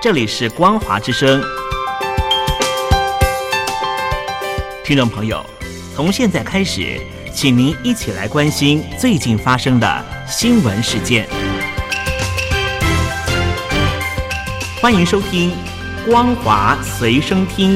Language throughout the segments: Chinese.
这里是光华之声。听众朋友，从现在开始，请您一起来关心最近发生的新闻事件。欢迎收听光华随声听。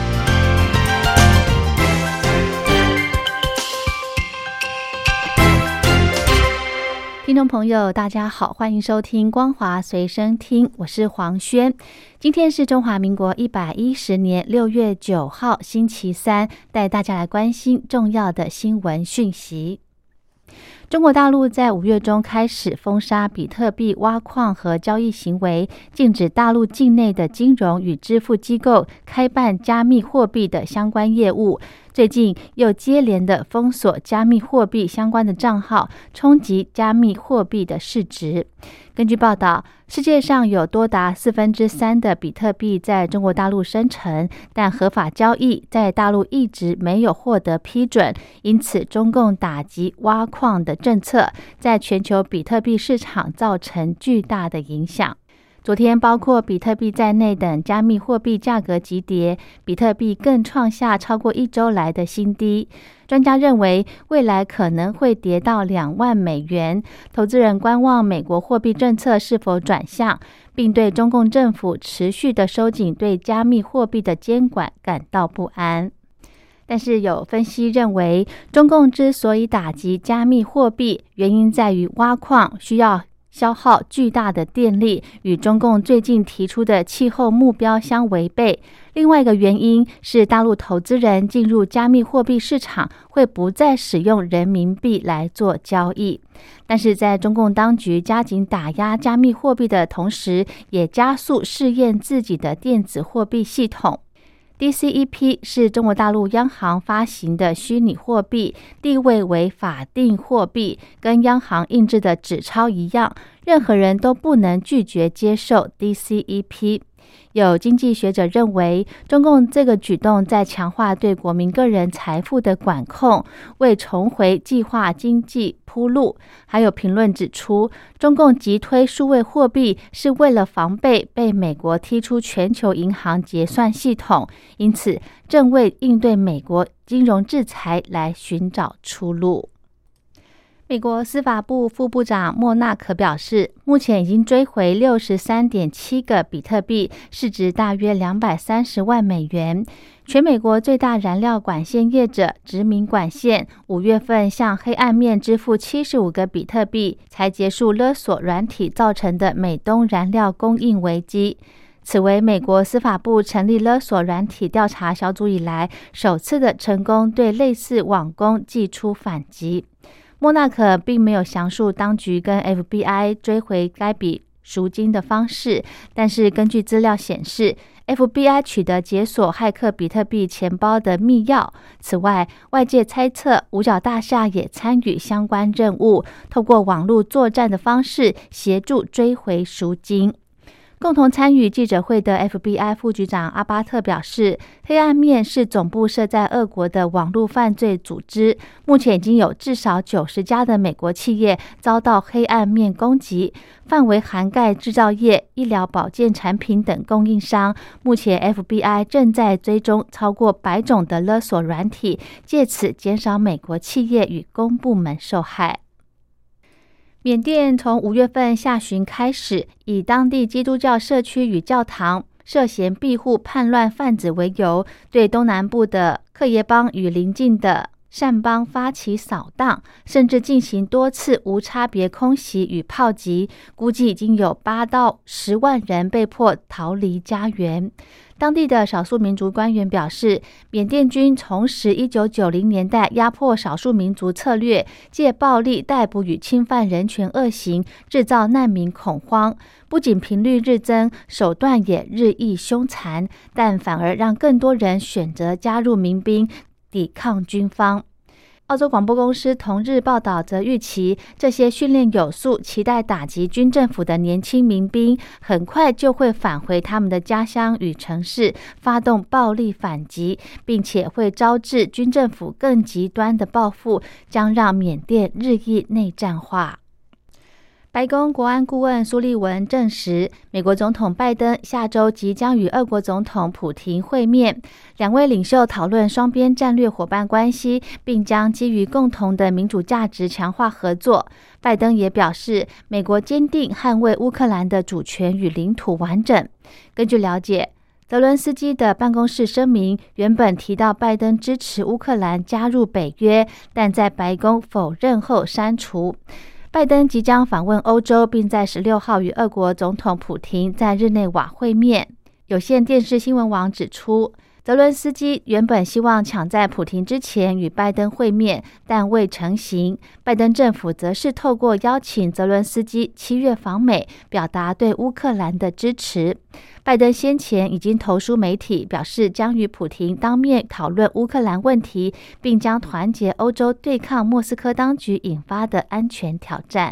听众朋友大家好，欢迎收听光华随声听，我是黄轩。今天是中华民国110年6月9号星期三，带大家来关心重要的新闻讯息。中国大陆在5月中开始封杀比特币挖矿和交易行为，禁止大陆境内的金融与支付机构开办加密货币的相关业务。最近又接连的封锁加密货币相关的账号，冲击加密货币的市值。根据报道，世界上有多达3/4的比特币在中国大陆生成，但合法交易在大陆一直没有获得批准，因此中共打击挖矿的政策在全球比特币市场造成巨大的影响。昨天，包括比特币在内等加密货币价格急跌，比特币更创下超过1周来的新低。专家认为，未来可能会跌到2万美元。投资人观望美国货币政策是否转向，并对中共政府持续的收紧对加密货币的监管感到不安。但是有分析认为，中共之所以打击加密货币，原因在于挖矿需要消耗巨大的电力，与中共最近提出的气候目标相违背。另外一个原因是大陆投资人进入加密货币市场会不再使用人民币来做交易。但是在中共当局加紧打压加密货币的同时，也加速试验自己的电子货币系统。DCEP 是中国大陆央行发行的虚拟货币，地位为法定货币，跟央行印制的纸钞一样，任何人都不能拒绝接受 DCEP。有经济学者认为，中共这个举动在强化对国民个人财富的管控，为重回计划经济铺路。还有评论指出，中共急推数位货币是为了防备被美国踢出全球银行结算系统，因此正为应对美国金融制裁来寻找出路。美国司法部副部长莫纳可表示，目前已经追回 63.7 个比特币，市值大约230万美元。全美国最大燃料管线业者殖民管线5月份向黑暗面支付75个比特币，才结束勒索软体造成的美东燃料供应危机。此为美国司法部成立勒索软体调查小组以来首次的成功对类似网攻祭出反击。莫纳可并没有详述当局跟 FBI 追回该笔赎金的方式，但是根据资料显示， FBI 取得解锁骇客比特币钱包的密钥。此外，外界猜测五角大厦也参与相关任务，透过网络作战的方式协助追回赎金。共同参与记者会的 FBI 副局长阿巴特表示，黑暗面是总部设在俄国的网络犯罪组织，目前已经有至少90家的美国企业遭到黑暗面攻击，范围涵盖制造业、医疗保健产品等供应商。目前 FBI 正在追踪超过100种的勒索软体，借此减少美国企业与公部门受害。缅甸从5月份下旬开始，以当地基督教社区与教堂涉嫌庇护叛乱分子为由，对东南部的克耶邦与邻近的善邦发起扫荡，甚至进行多次无差别空袭与炮击，估计已经有8到10万人被迫逃离家园。当地的少数民族官员表示，缅甸军重拾1990年代压迫少数民族策略，借暴力逮捕与侵犯人权恶行，制造难民恐慌。不仅频率日增，手段也日益凶残，但反而让更多人选择加入民兵，抵抗军方。澳洲广播公司同日报道则预期，这些训练有素、期待打击军政府的年轻民兵，很快就会返回他们的家乡与城市，发动暴力反击，并且会招致军政府更极端的报复，将让缅甸日益内战化。 白宫国安顾问苏利文证实，美国总统拜登下周即将与俄国总统普亭会面，两位领袖讨论双边战略伙伴关系，并将基于共同的民主价值强化合作。拜登也表示，美国坚定捍卫乌克兰的主权与领土完整。根据了解，泽伦斯基的办公室声明原本提到拜登支持乌克兰加入北约，但在白宫否认后删除。拜登即将访问欧洲，并在16号与俄国总统普亭在日内瓦会面。有线电视新闻网指出，泽伦斯基原本希望抢在普亭之前与拜登会面，但未成行。拜登政府则是透过邀请泽伦斯基7月访美，表达对乌克兰的支持。拜登先前已经投书媒体，表示将与普亭当面讨论乌克兰问题，并将团结欧洲对抗莫斯科当局引发的安全挑战。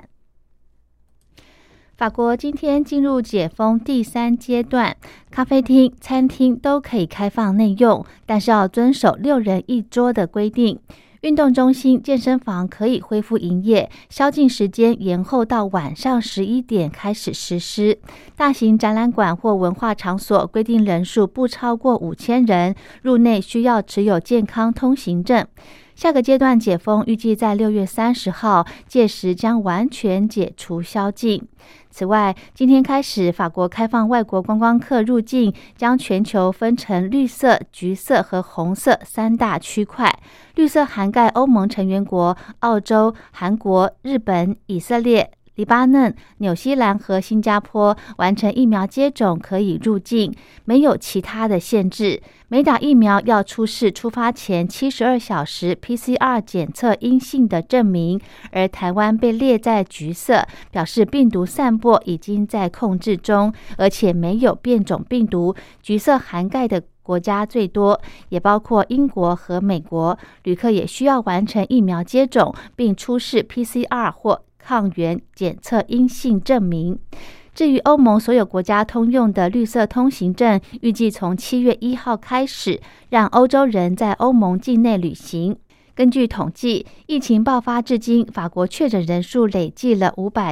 法国今天进入解封第3阶段，咖啡厅、餐厅都可以开放内用，但是要遵守6人1桌的规定。运动中心、健身房可以恢复营业，宵禁时间延后到晚上11点开始实施。大型展览馆或文化场所规定人数不超过5000人，入内需要持有健康通行证。下个阶段解封预计在6月30号，届时将完全解除宵禁。此外，今天开始，法国开放外国观光客入境，将全球分成绿色、橘色和红色3大区块。绿色涵盖欧盟成员国、澳洲、韩国、日本、以色列、黎巴嫩、纽西兰和新加坡完成疫苗接种可以入境，没有其他的限制。每打疫苗要出示出发前72小时 PCR 检测阴性的证明，而台湾被列在橘色，表示病毒散播已经在控制中，而且没有变种病毒。橘色涵盖的国家最多，也包括英国和美国。旅客也需要完成疫苗接种，并出示 PCR 或抗原检测阴性证明。至于欧盟所有国家通用的绿色通行证，预计从7月1号开始，让欧洲人在欧盟境内旅行。根据统计，疫情爆发至今，法国确诊人数累计了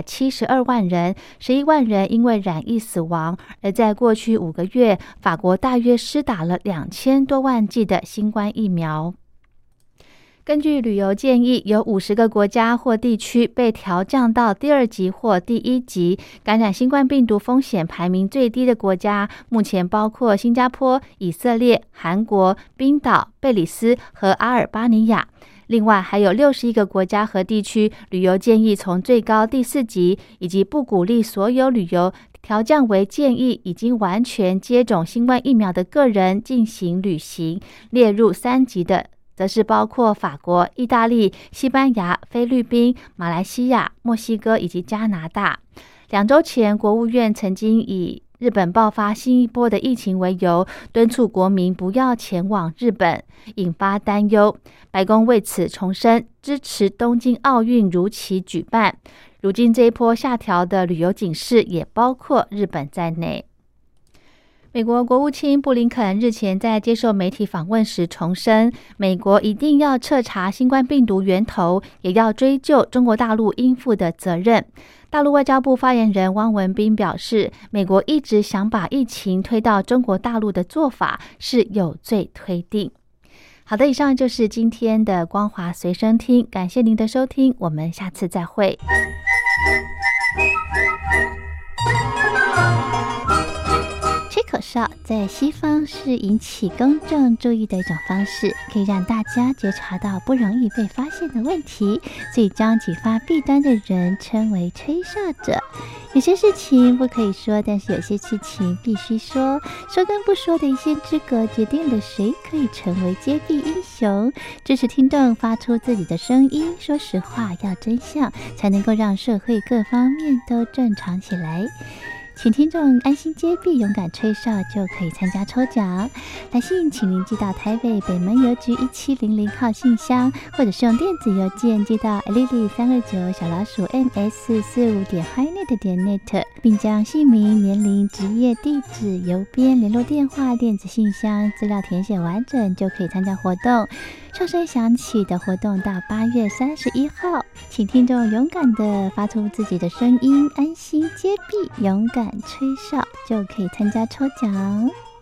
572万人，11万人因为染疫死亡。而在过去5个月，法国大约施打了2000多万剂的新冠疫苗。根据旅游建议，有50个国家或地区被调降到第2级或第1级。感染新冠病毒风险排名最低的国家，目前包括新加坡、以色列、韩国、冰岛、贝里斯和阿尔巴尼亚。另外还有61个国家和地区，旅游建议从最高第4级，以及不鼓励所有旅游，调降为建议已经完全接种新冠疫苗的个人进行旅行。列入3级的则是包括法国、意大利、西班牙、菲律宾、马来西亚、墨西哥以及加拿大。2周前，国务院曾经以日本爆发新一波的疫情为由，敦促国民不要前往日本，引发担忧。白宫为此重申支持东京奥运如期举办。如今这一波下调的旅游警示也包括日本在内。美国国务卿布林肯日前在接受媒体访问时重申，美国一定要彻查新冠病毒源头，也要追究中国大陆应负的责任。大陆外交部发言人汪文斌表示，美国一直想把疫情推到中国大陆的做法是有罪推定。好的，以上就是今天的光华随身听，感谢您的收听，我们下次再会。吹口哨在西方是引起公众注意的一种方式，可以让大家觉察到不容易被发现的问题，所以将举发弊端的人称为吹哨者。有些事情不可以说，但是有些事情必须说，说跟不说的一线之隔，决定了谁可以成为揭弊英雄。支持听众发出自己的声音，说实话，要真相，才能够让社会各方面都正常起来。请听众安心接币，勇敢吹哨就可以参加抽奖。来信请您寄到台北北门邮局1700号信箱，或者是用电子邮件寄到 lily329@ms45.highnet.net， 并将姓名、年龄、职业、地址、邮编、联络电话、电子信箱资料填写完整，就可以参加活动。 哨声响起的活动到8月31号，请听众勇敢地发出自己的声音，安心接币，勇敢吹哨就可以参加抽奖。